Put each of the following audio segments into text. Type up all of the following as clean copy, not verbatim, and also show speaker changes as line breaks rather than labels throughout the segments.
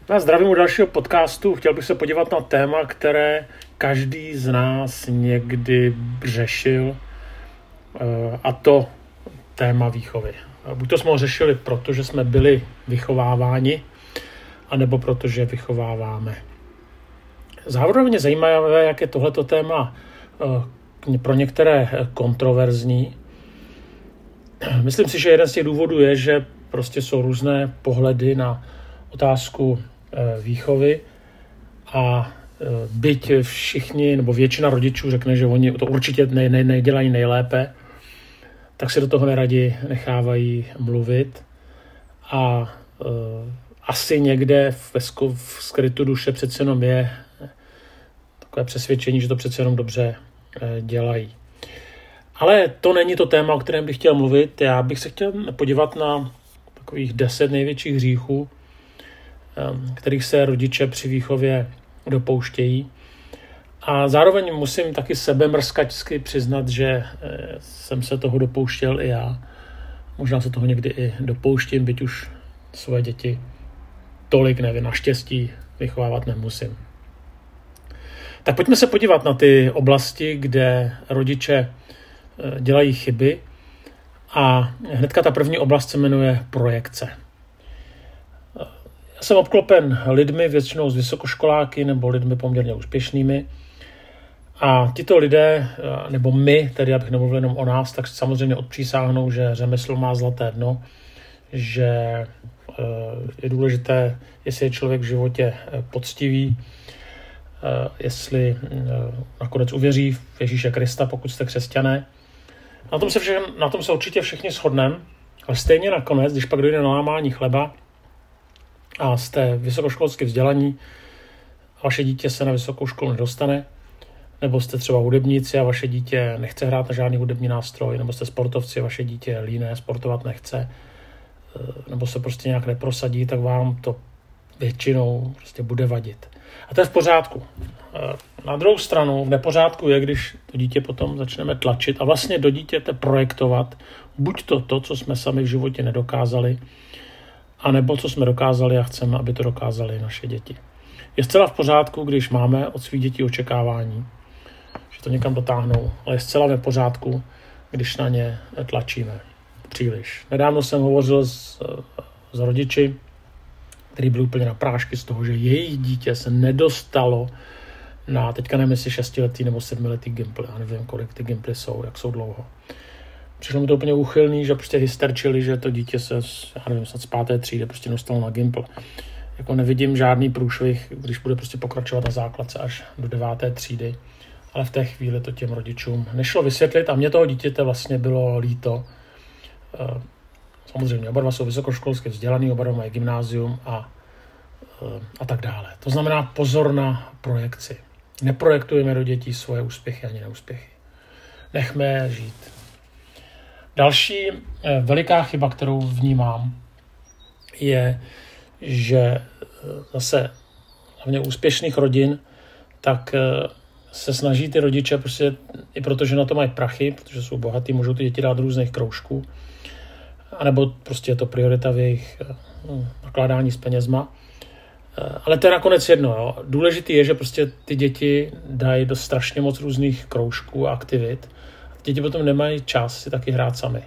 Na zdravím u dalšího podcastu. Chtěl bych se podívat na téma, které každý z nás někdy řešil, a to téma výchovy. Buď to jsme ho řešili, protože jsme byli vychováváni, anebo protože vychováváme. Zároveň zajímavé, jak je tohleto téma pro některé kontroverzní. Myslím si, že jeden z těch důvodů je, že prostě jsou různé pohledy na otázku výchovy a byť všichni nebo většina rodičů řekne, že oni to určitě nedělají nejlépe, tak se do toho neradi nechávají mluvit a asi někde v skrytu duše přece jenom je takové přesvědčení, že to přece jenom dobře dělají. Ale to není to téma, o kterém bych chtěl mluvit. Já bych se chtěl podívat na takových 10 největších hříchů, kterých se rodiče při výchově dopouštějí. A zároveň musím taky sebemrskačsky přiznat, že jsem se toho dopouštěl i já. Možná se toho někdy i dopouštím, byť už svoje děti tolik, nevím, naštěstí vychovávat nemusím. Tak pojďme se podívat na ty oblasti, kde rodiče dělají chyby. A hnedka ta první oblast se jmenuje projekce. Já jsem obklopen lidmi, většinou z vysokoškoláky nebo lidmi poměrně úspěšnými. A tito lidé, nebo my, tedy abych nemluvil jenom o nás, tak samozřejmě odpřísáhnou, že řemeslo má zlaté dno, že je důležité, jestli je člověk v životě poctivý, jestli nakonec uvěří v Ježíše Krista, pokud jste křesťané. Na tom se určitě všichni shodneme, ale stejně nakonec, když pak dojde na lámání chleba a jste vysokoškolsky vzdělaní a vaše dítě se na vysokou školu nedostane, nebo jste třeba hudebníci a vaše dítě nechce hrát na žádný hudební nástroj, nebo jste sportovci a vaše dítě je líné, sportovat nechce, nebo se prostě nějak neprosadí, tak vám to většinou prostě bude vadit. A to je v pořádku. Na druhou stranu v nepořádku je, když to dítě potom začneme tlačit a vlastně do dítěte projektovat buď to, co jsme sami v životě nedokázali, anebo co jsme dokázali a chceme, aby to dokázali naše děti. Je zcela v pořádku, když máme od svých dětí očekávání, že to někam dotáhnou, ale je zcela v nepořádku, když na ně tlačíme příliš. Nedávno jsem hovořil s rodiči, který byl úplně na prášky z toho, že jejich dítě se nedostalo na, teďka nevím, jestli 6letý nebo 7letý Gimply, já nevím, kolik ty Gimply jsou, jak jsou dlouho. Přišlo mi to úplně úchylný, že prostě hysterčili, že to dítě se, já nevím, snad z 5. třídy prostě dostalo na Gimpl. Jako nevidím žádný průšvih, když bude prostě pokračovat na základce až do 9. třídy, ale v té chvíli to těm rodičům nešlo vysvětlit a mě toho dítěte vlastně bylo líto. Samozřejmě, oba dva jsou vysokoškolsky vzdělaný, oba dva mají gymnázium a tak dále. To znamená pozor na projekci. Neprojektujeme do dětí svoje úspěchy ani neúspěchy. Nechme je žít. Další veliká chyba, kterou vnímám, je, že zase hlavně úspěšných rodin, tak se snaží ty rodiče, prostě i protože na to mají prachy, protože jsou bohatí, můžou ty děti dát do různých kroužků, anebo prostě je to priorita v jejich nakládání s penězma. Ale to je nakonec jedno. Jo. Důležité je, že prostě ty děti dají do strašně moc různých kroužků a aktivit. Děti potom nemají čas si taky hrát sami.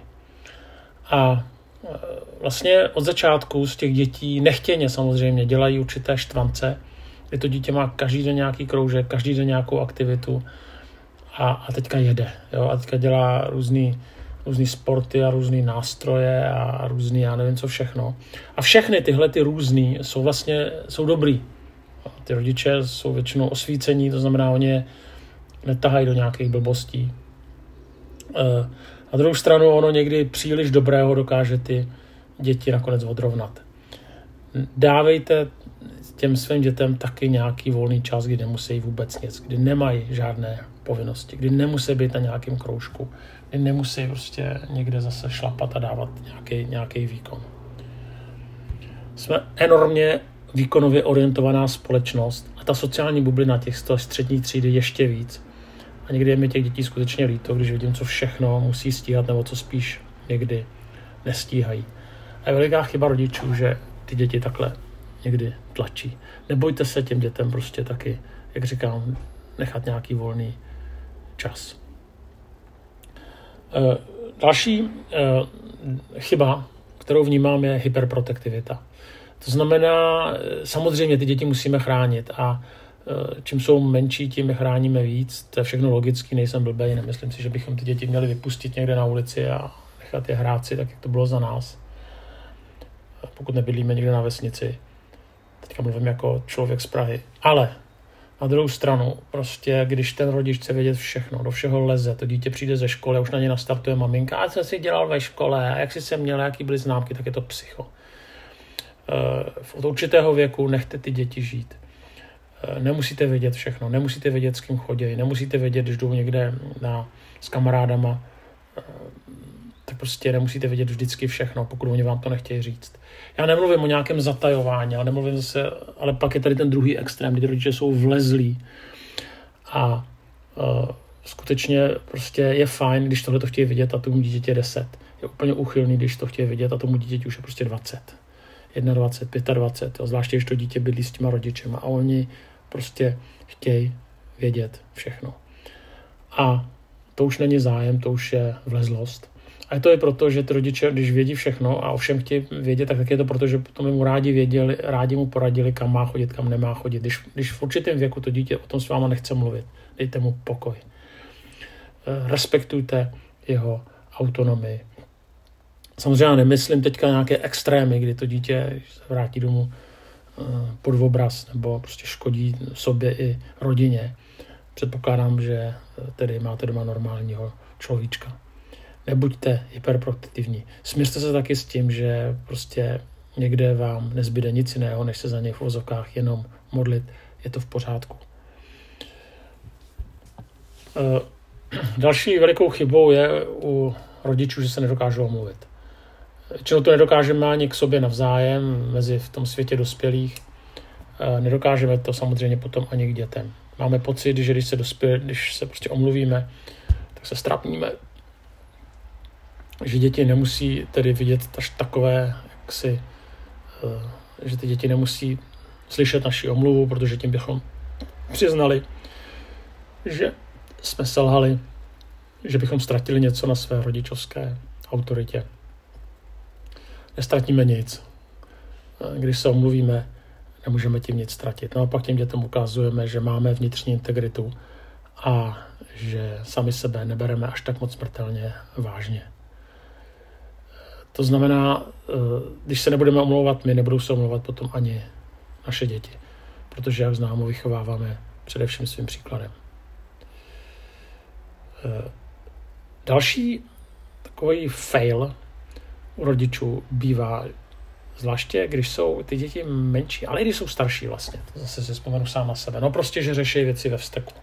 A vlastně od začátku z těch dětí nechtěně samozřejmě dělají určité štvance, kdy to dítě má každý den nějaký kroužek, každý den nějakou aktivitu a teďka jede. Jo. A teďka dělá různý sporty a různý nástroje a různý, já nevím co všechno. A všechny tyhle ty různý jsou dobrý. Ty rodiče jsou většinou osvícení, to znamená, oni je netahají do nějakých blbostí. Na druhou stranu ono někdy příliš dobrého dokáže ty děti nakonec odrovnat. Dávejte těm svým dětem taky nějaký volný čas, kdy nemusí vůbec nic, kdy nemají žádné povinnosti, kdy nemusí být na nějakém kroužku, kdy nemusí prostě někde zase šlapat a dávat nějaký výkon. Jsme enormně výkonově orientovaná společnost a ta sociální bublina těch střední třídy ještě víc. A někdy je mi těch dětí skutečně líto, když vidím, co všechno musí stíhat nebo co spíš někdy nestíhají. A je veliká chyba rodičů, že ty děti takhle někdy tlačí. Nebojte se těm dětem prostě taky, jak říkám, nechat nějaký volný čas. Další chyba, kterou vnímám, je hyperprotektivita. To znamená, samozřejmě ty děti musíme chránit a čím jsou menší, tím je chráníme víc. To je všechno logický, nejsem blbej, nemyslím si, že bychom ty děti měli vypustit někde na ulici a nechat je hrát si, tak jak to bylo za nás. Pokud nebydlíme někde na vesnici. Teďka mluvím jako člověk z Prahy. Ale na druhou stranu, prostě, když ten rodič chce vědět všechno, do všeho leze, to dítě přijde ze školy a už na ně nastartuje maminka, a co jsi dělal ve škole, a jak jsi se měl, jaký byly známky, tak je to psycho. Od určitého věku nechte ty děti žít. Nemusíte vědět všechno, nemusíte vědět, s kým chodí, nemusíte vědět, když jdou někde s kamarádama, tak prostě nemusíte vědět vždycky všechno, pokud oni vám to nechtějí říct. Já nemluvím o nějakém zatajování, ale pak je tady ten druhý extrém, kdy rodiče jsou vlezlí a skutečně prostě je fajn, když tohle to chtějí vidět a tomu dítěti je 10. Je úplně úchylný, když to chtějí vidět a tomu dítěti už je prostě 20. 21, 25, jo, zvláště když to dítě bydlí s těma rodičema a oni prostě chtějí vědět všechno. A to už není zájem, to už je vlezlost. A to je proto, že ty rodiče, když vědí všechno a ovšem chtějí vědět, tak je to proto, že potom mu rádi mu poradili, kam má chodit, kam nemá chodit. Když v určitém věku to dítě o tom s váma nechce mluvit, dejte mu pokoj. Respektujte jeho autonomii. Samozřejmě nemyslím teďka nějaké extrémy, kdy to dítě se vrátí domů pod obraz nebo prostě škodí sobě i rodině. Předpokládám, že tedy máte doma normálního človíčka. Nebuďte hyperprotektivní. Smiřte se taky s tím, že prostě někde vám nezbyde nic jiného, než se za něj v uvozovkách jenom modlit. Je to v pořádku. Další velikou chybou je u rodičů, že se nedokážou omluvit. Většinou to nedokážeme ani k sobě navzájem, v tom světě dospělých. Nedokážeme to samozřejmě potom ani k dětem. Máme pocit, že když se prostě omluvíme, tak se strapníme. Že děti nemusí tedy vidět až takové, že ty děti nemusí slyšet naši omluvu, protože tím bychom přiznali, že jsme selhali, že bychom ztratili něco na své rodičovské autoritě. Nestratíme nic. Když se omluvíme, nemůžeme tím nic ztratit. No a pak těm dětem ukazujeme, že máme vnitřní integritu a že sami sebe nebereme až tak moc smrtelně vážně. To znamená, když se nebudeme omlouvat my, nebudou se omlouvat potom ani naše děti. Protože, jak známo, vychováváme především svým příkladem. Další takový fail u rodičů bývá, zvláště když jsou ty děti menší, ale i když jsou starší vlastně. To zase si vzpomenu sám na sebe. No prostě, že řeší věci ve vzteku.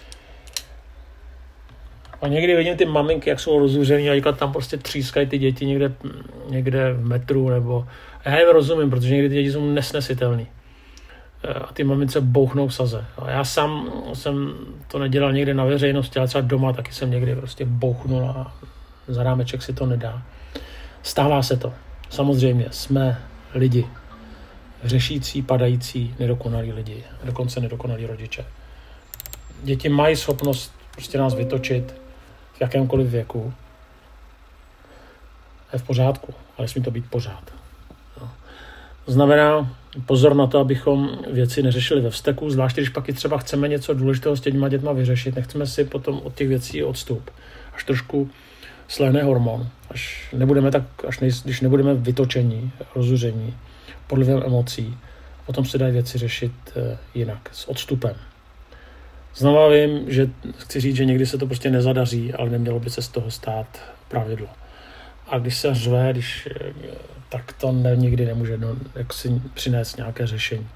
A někdy vidím ty maminky, jak jsou rozúřený a tam prostě třískají ty děti někde v metru, nebo já jim rozumím, protože někdy ty děti jsou nesnesitelný. A ty mamince bouchnou saze. A já sám jsem to nedělal někde na veřejnosti, ale třeba doma taky jsem někdy prostě bouchnul a za rámeček si to nedá. Stává se to. Samozřejmě jsme lidi. Řešící, padající, nedokonalí lidi. Dokonce nedokonalí rodiče. Děti mají schopnost prostě nás vytočit v jakémkoliv věku. Je v pořádku, ale nesmí to být pořád. No. To znamená pozor na to, abychom věci neřešili ve vzteku, zvláště když pak i třeba chceme něco důležitého s těma dětma vyřešit, nechceme si potom od těch věcí odstup. Až trošku slehne hormon, když nebudeme vytočení, rozuření, pod vlivem emocí, potom se dají věci řešit jinak, s odstupem. Znova vím, že chci říct, že někdy se to prostě nezadaří, ale nemělo by se z toho stát pravidlo. A když se řve, tak to nikdy nemůže si přinést nějaké řešení.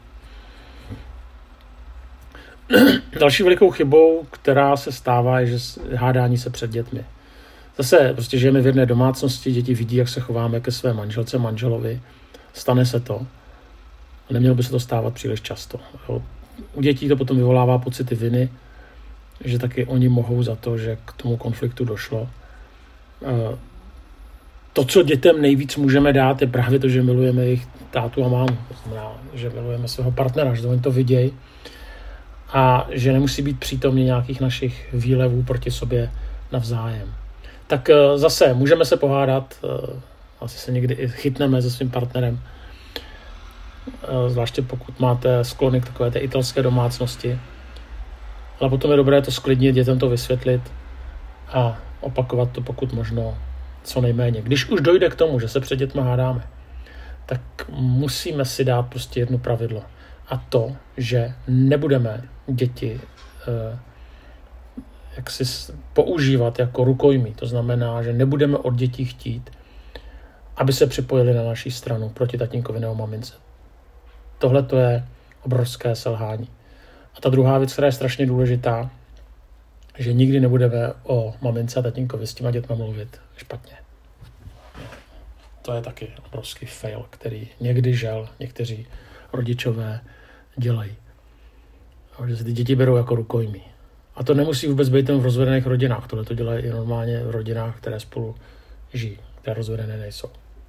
Další velikou chybou, která se stává, je, že hádání se před dětmi. Zase prostě žijeme v jedné domácnosti, děti vidí, jak se chováme ke své manželce, manželovi. Stane se to. A nemělo by se to stávat příliš často. U dětí to potom vyvolává pocity viny, že taky oni mohou za to, že k tomu konfliktu došlo. to, co dětem nejvíc můžeme dát, je právě to, že milujeme jejich tátu a mámu. To znamená, že milujeme svého partnera, že oni to vidějí a že nemusí být přítomní nějakých našich výlevů proti sobě navzájem. Tak zase můžeme se pohádat, asi se někdy i chytneme se svým partnerem, zvláště pokud máte sklony k takové té italské domácnosti. Ale potom je dobré to sklidnit, dětem to vysvětlit a opakovat to pokud možno co nejméně. Když už dojde k tomu, že se před dětmi hádáme, tak musíme si dát prostě jedno pravidlo. A to, že nebudeme děti jaksi používat jako rukojmí. To znamená, že nebudeme od dětí chtít, aby se připojili na naší stranu proti tatínkovi nebo mamince. Tohle to je obrovské selhání. A ta druhá věc, která je strašně důležitá, že nikdy nebudeme o mamince a tatínkovi s těma dětma mluvit špatně. To je taky obrovský fail, který někdy žel někteří rodičové dělají. Že se ty děti berou jako rukojmí. A to nemusí vůbec být jen v rozvedených rodinách. Tohle to dělají i normálně v rodinách, které spolu žijí, které rozvedené nejsou.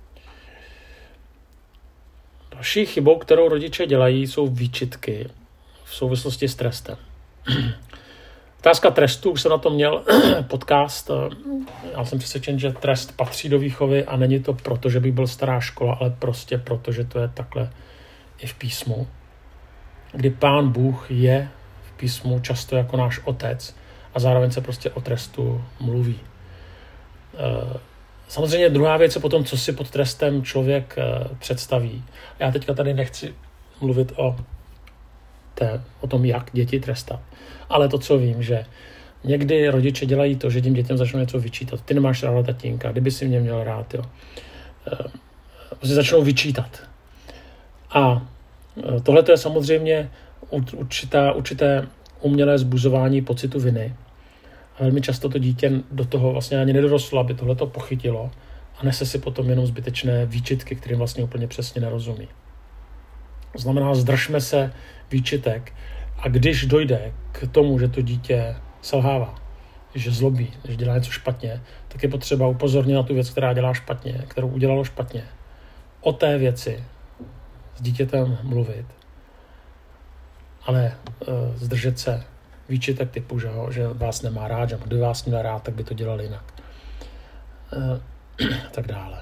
Další chybou, kterou rodiče dělají, jsou výčitky v souvislosti s trestem. Otázka trestu, už jsem na to měl podcast. Já jsem přesvědčen, že trest patří do výchovy a není to proto, že by byl stará škola, ale prostě proto, že to je takhle i v písmu, kdy Pán Bůh je v písmu často jako náš otec a zároveň se prostě o trestu mluví. Samozřejmě druhá věc je potom, co si pod trestem člověk představí. Já teďka tady nechci mluvit o tom, jak děti trestat. Ale to, co vím, že někdy rodiče dělají to, že těm dětem začnou něco vyčítat. Ty nemáš ráda tatínka, kdyby si mě měl rád. Jo. Začnou vyčítat. A tohle je samozřejmě určité umělé zbuzování pocitu viny. A velmi často to dítě do toho vlastně ani nedorostlo, aby tohleto pochytilo a nese si potom jenom zbytečné výčitky, kterým vlastně úplně přesně nerozumí. To znamená, zdržme se výčitek a když dojde k tomu, že to dítě selhává, že zlobí, že dělá něco špatně, tak je potřeba upozornit na tu věc, která dělá špatně, kterou udělalo špatně. O té věci s dítětem mluvit, ale zdržet se výčitek typu, že vás nemá rád, že kdyby vás měl rád, tak by to dělal jinak. Tak dále.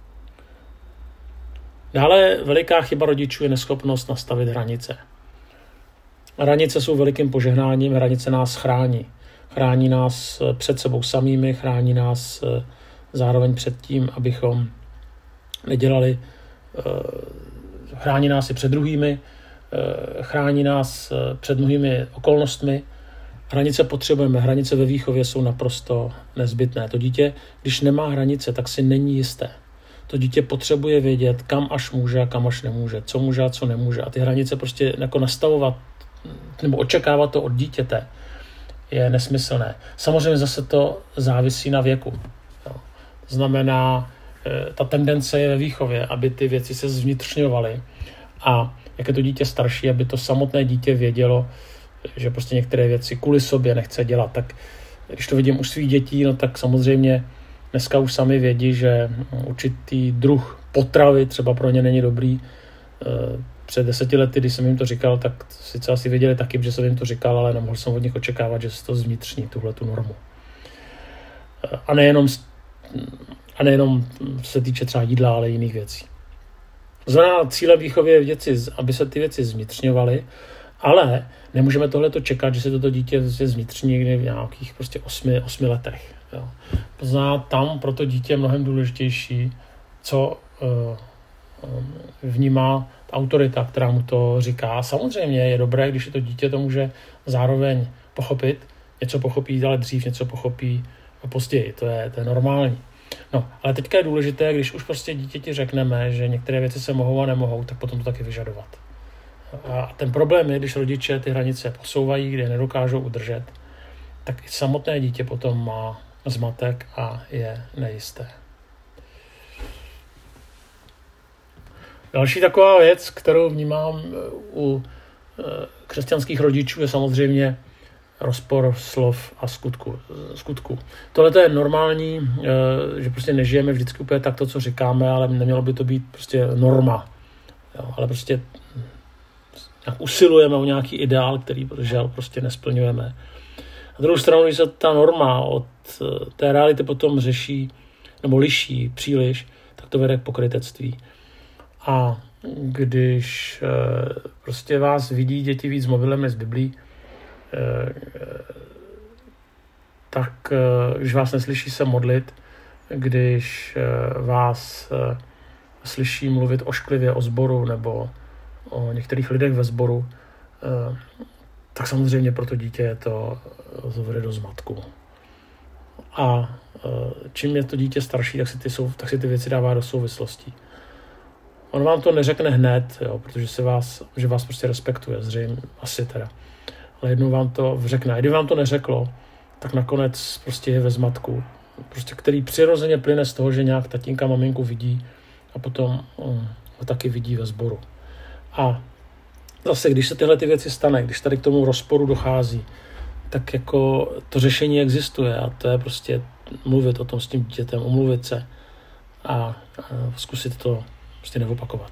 Dále veliká chyba rodičů je neschopnost nastavit hranice. Hranice jsou velikým požehnáním, hranice nás chrání. Chrání nás před sebou samými, chrání nás zároveň před tím, abychom nedělali, chrání nás i před druhými, chrání nás před mnohými okolnostmi. Hranice potřebujeme, hranice ve výchově jsou naprosto nezbytné. To dítě, když nemá hranice, tak si není jisté. To dítě potřebuje vědět, kam až může a kam až nemůže, co může a co nemůže. A ty hranice prostě jako nastavovat nebo očekávat to od dítěte je nesmyslné. Samozřejmě zase to závisí na věku. To znamená, ta tendence je ve výchově, aby ty věci se zvnitřňovaly a jak je to dítě starší, aby to samotné dítě vědělo, že prostě některé věci kvůli sobě nechce dělat. Tak když to vidím u svých dětí, no tak samozřejmě dneska už sami vědí, že určitý druh potravy třeba pro ně není dobrý. Před 10 lety, když jsem jim to říkal, tak sice asi věděli taky, že jsem jim to říkal, ale nemohl jsem od nich očekávat, že se to zvnitřní, tuhletu normu. A nejenom se týče třeba jídla, ale jiných věcí. Znamená, cílem výchovy je věci, aby se ty věci zvnitřňovaly, ale nemůžeme tohleto čekat, že se toto dítě zvnitřní někdy v nějakých prostě 8 letech. Jo. To znamená, tam pro to dítě je mnohem důležitější, co vnímá ta autorita, která mu to říká. Samozřejmě je dobré, když je to dítě, to může zároveň pochopit. Něco pochopí ale dřív, něco pochopí později. To je normální. No, ale teďka je důležité, když už prostě dítěti řekneme, že některé věci se mohou a nemohou, tak potom to taky vyžadovat. A ten problém je, když rodiče ty hranice posouvají, kde je nedokážou udržet, tak i samotné dítě potom má zmatek a je nejisté. Další taková věc, kterou vnímám u křesťanských rodičů, je samozřejmě rozpor slov a skutku. Tohle je normální, že prostě nežijeme vždycky úplně tak to, co říkáme, ale nemělo by to být prostě norma. Jo, ale prostě nějak usilujeme o nějaký ideál, který žel prostě nesplňujeme. Na druhou stranu, když se ta norma od té reality potom řeší nebo liší příliš, tak to vede k pokrytectví. A když prostě vás vidí děti víc s mobilem než s Biblí, tak když vás neslyší se modlit, když vás slyší mluvit ošklivě o sboru nebo o některých lidech ve sboru, tak samozřejmě pro to dítě to vede do zmatku. A čím je to dítě starší, tak si ty věci dává do souvislostí. On vám to neřekne hned, jo, protože že vás prostě respektuje, zřejmě asi teda. Ale jednou vám to řekne. A kdyby vám to neřeklo, tak nakonec prostě je ve zmatku, prostě, který přirozeně plyne z toho, že nějak tatínka maminku vidí a potom ho taky vidí ve sboru. A zase, když se tyhle ty věci stane, když tady k tomu rozporu dochází, tak jako to řešení existuje a to je prostě mluvit o tom s tím dítětem, omluvit se a zkusit to prostě neopakovat.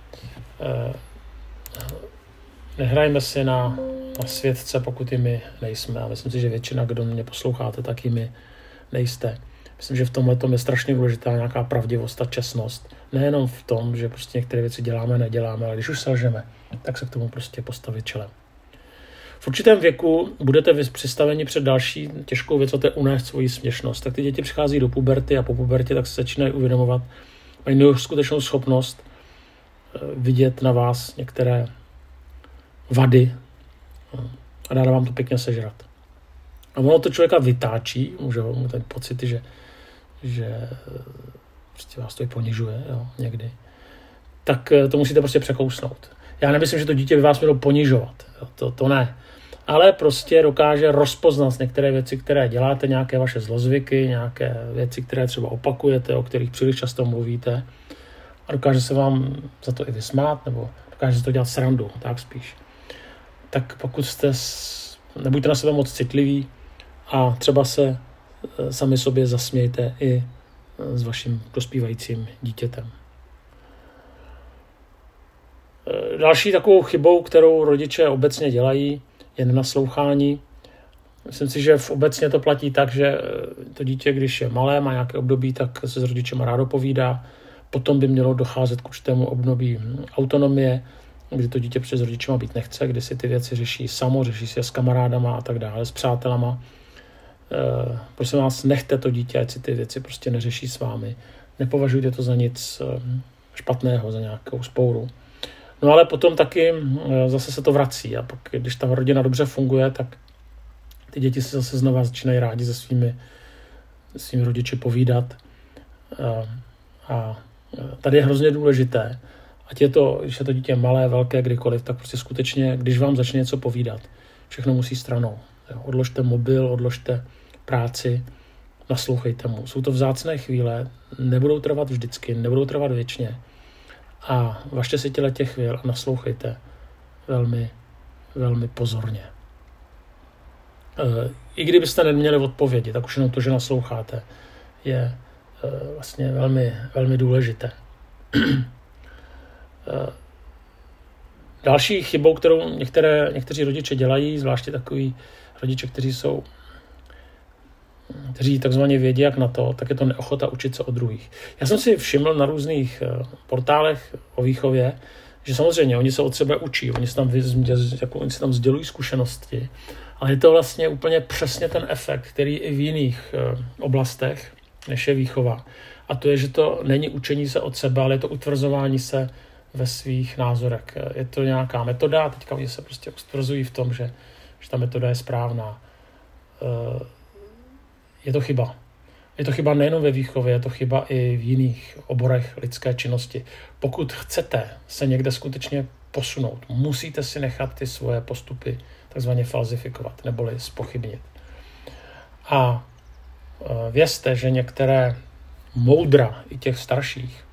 Nehrajme si na světce, pokud jimi nejsme. A myslím si, že většina, kdo mě posloucháte, tak jimi nejste. Myslím, že v tomhle je strašně důležitá nějaká pravdivost a čestnost. Nejenom v tom, že prostě některé věci děláme, neděláme, ale když už selžeme, tak se k tomu prostě postavit čelem. V určitém věku budete přistaveni před další těžkou věc, a to je unést svoji směšnost. Tak ty děti přichází do puberty a po pubertě tak se začínají uvědomovat, mají neskutečnou schopnost vidět na vás některé vady a dá vám to pěkně sežrat. A ono to člověka vytáčí, může mu ten pocit, že prostě vás to i ponižuje, jo, někdy. Tak to musíte prostě překousnout. Já nemyslím, že to dítě by vás mělo ponižovat. Jo, to ne. Ale prostě dokáže rozpoznat některé věci, které děláte, nějaké vaše zlozvyky, nějaké věci, které třeba opakujete, o kterých příliš často mluvíte. A dokáže se vám za to i vysmát, nebo dokáže se to dělat srandu, tak spíš. Tak pokud nebuďte na sebe moc citliví a třeba se sami sobě zasmějte i s vaším dospívajícím dítětem. Další takovou chybou, kterou rodiče obecně dělají, je nenaslouchání. Myslím si, že obecně to platí tak, že to dítě, když je malé, má nějaké období, tak se s rodičema rádo povídá. Potom by mělo docházet k určitému období autonomie, kdy to dítě přes rodičema být nechce, kdy si ty věci řeší samo, řeší si je s kamarádama a tak dále, s přátelama. Prosím vás, nechte to dítě, ať si ty věci prostě neřeší s vámi. Nepovažujte to za nic špatného, za nějakou spouru. No ale potom taky zase se to vrací a pak, když ta rodina dobře funguje, tak ty děti se zase znova začínají rádi se svými rodiči povídat. A tady je hrozně důležité, když je to dítě malé, velké, kdykoliv, tak prostě skutečně, když vám začne něco povídat, všechno musí stranou. Odložte mobil, odložte práci, naslouchejte mu. Jsou to vzácné chvíle, nebudou trvat vždycky, nebudou trvat věčně. A važte si těch chvíl a naslouchejte velmi, velmi pozorně. I kdybyste neměli odpovědi, tak už jenom to, že nasloucháte, je vlastně velmi, velmi důležité. Další chybou, kterou někteří rodiče dělají, zvláště takový rodiče, kteří takzvaně vědí, jak na to, tak je to neochota učit se od druhých. Já jsem si všiml na různých portálech o výchově, že samozřejmě oni se od sebe učí, oni si tam sdělují zkušenosti, ale je to vlastně úplně přesně ten efekt, který i v jiných oblastech, než je výchova. A to je, že to není učení se od sebe, ale je to utvrzování se ve svých názorech. Je to nějaká metoda, teďka oni se prostě utvrzují v tom, že ta metoda je správná. Je to chyba. Je to chyba nejen ve výchově, je to chyba i v jiných oborech lidské činnosti. Pokud chcete se někde skutečně posunout, musíte si nechat ty svoje postupy takzvaně falzifikovat, neboli zpochybnit. A vězte, že některé moudra i těch starších,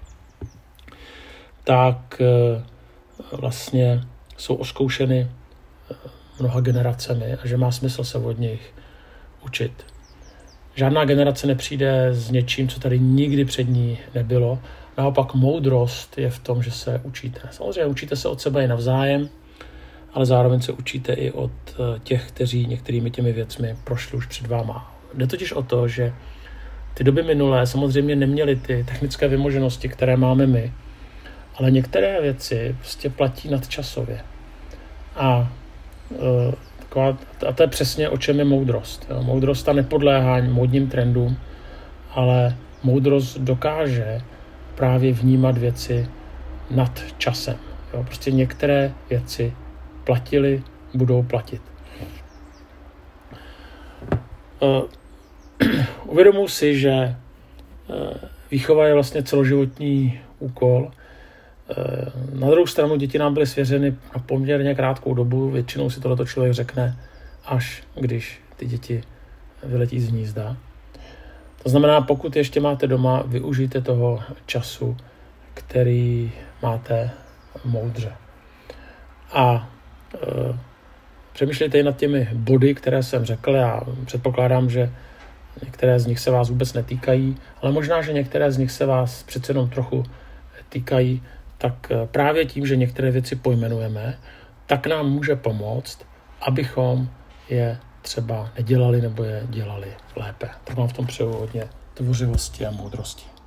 tak vlastně jsou oskoušeny mnoha generacemi a že má smysl se od nich učit. Žádná generace nepřijde s něčím, co tady nikdy před ní nebylo. Naopak moudrost je v tom, že se učíte. Samozřejmě učíte se od sebe i navzájem, ale zároveň se učíte i od těch, kteří některými těmi věcmi prošli už před váma. Jde totiž o to, že ty doby minulé samozřejmě neměly ty technické vymoženosti, které máme my, ale některé věci prostě platí nadčasově. A to je přesně, o čem je moudrost. Jo. Moudrost ta nepodléhá módním trendům, ale moudrost dokáže právě vnímat věci nad časem. Jo. Prostě některé věci platily, budou platit. Uvědomuji si, že výchova je vlastně celoživotní úkol. Na druhou stranu děti nám byly svěřeny na poměrně krátkou dobu. Většinou si tohleto člověk řekne, až když ty děti vyletí z hnízda. To znamená, pokud ještě máte doma, využijte toho času, který máte moudře. A přemýšlejte i nad těmi body, které jsem řekl. Já předpokládám, že některé z nich se vás vůbec netýkají, ale možná, že některé z nich se vás přece jenom trochu týkají, tak právě tím, že některé věci pojmenujeme, tak nám může pomoct, abychom je třeba nedělali nebo je dělali lépe. Tak vám v tom přeju hodně tvořivosti a moudrosti.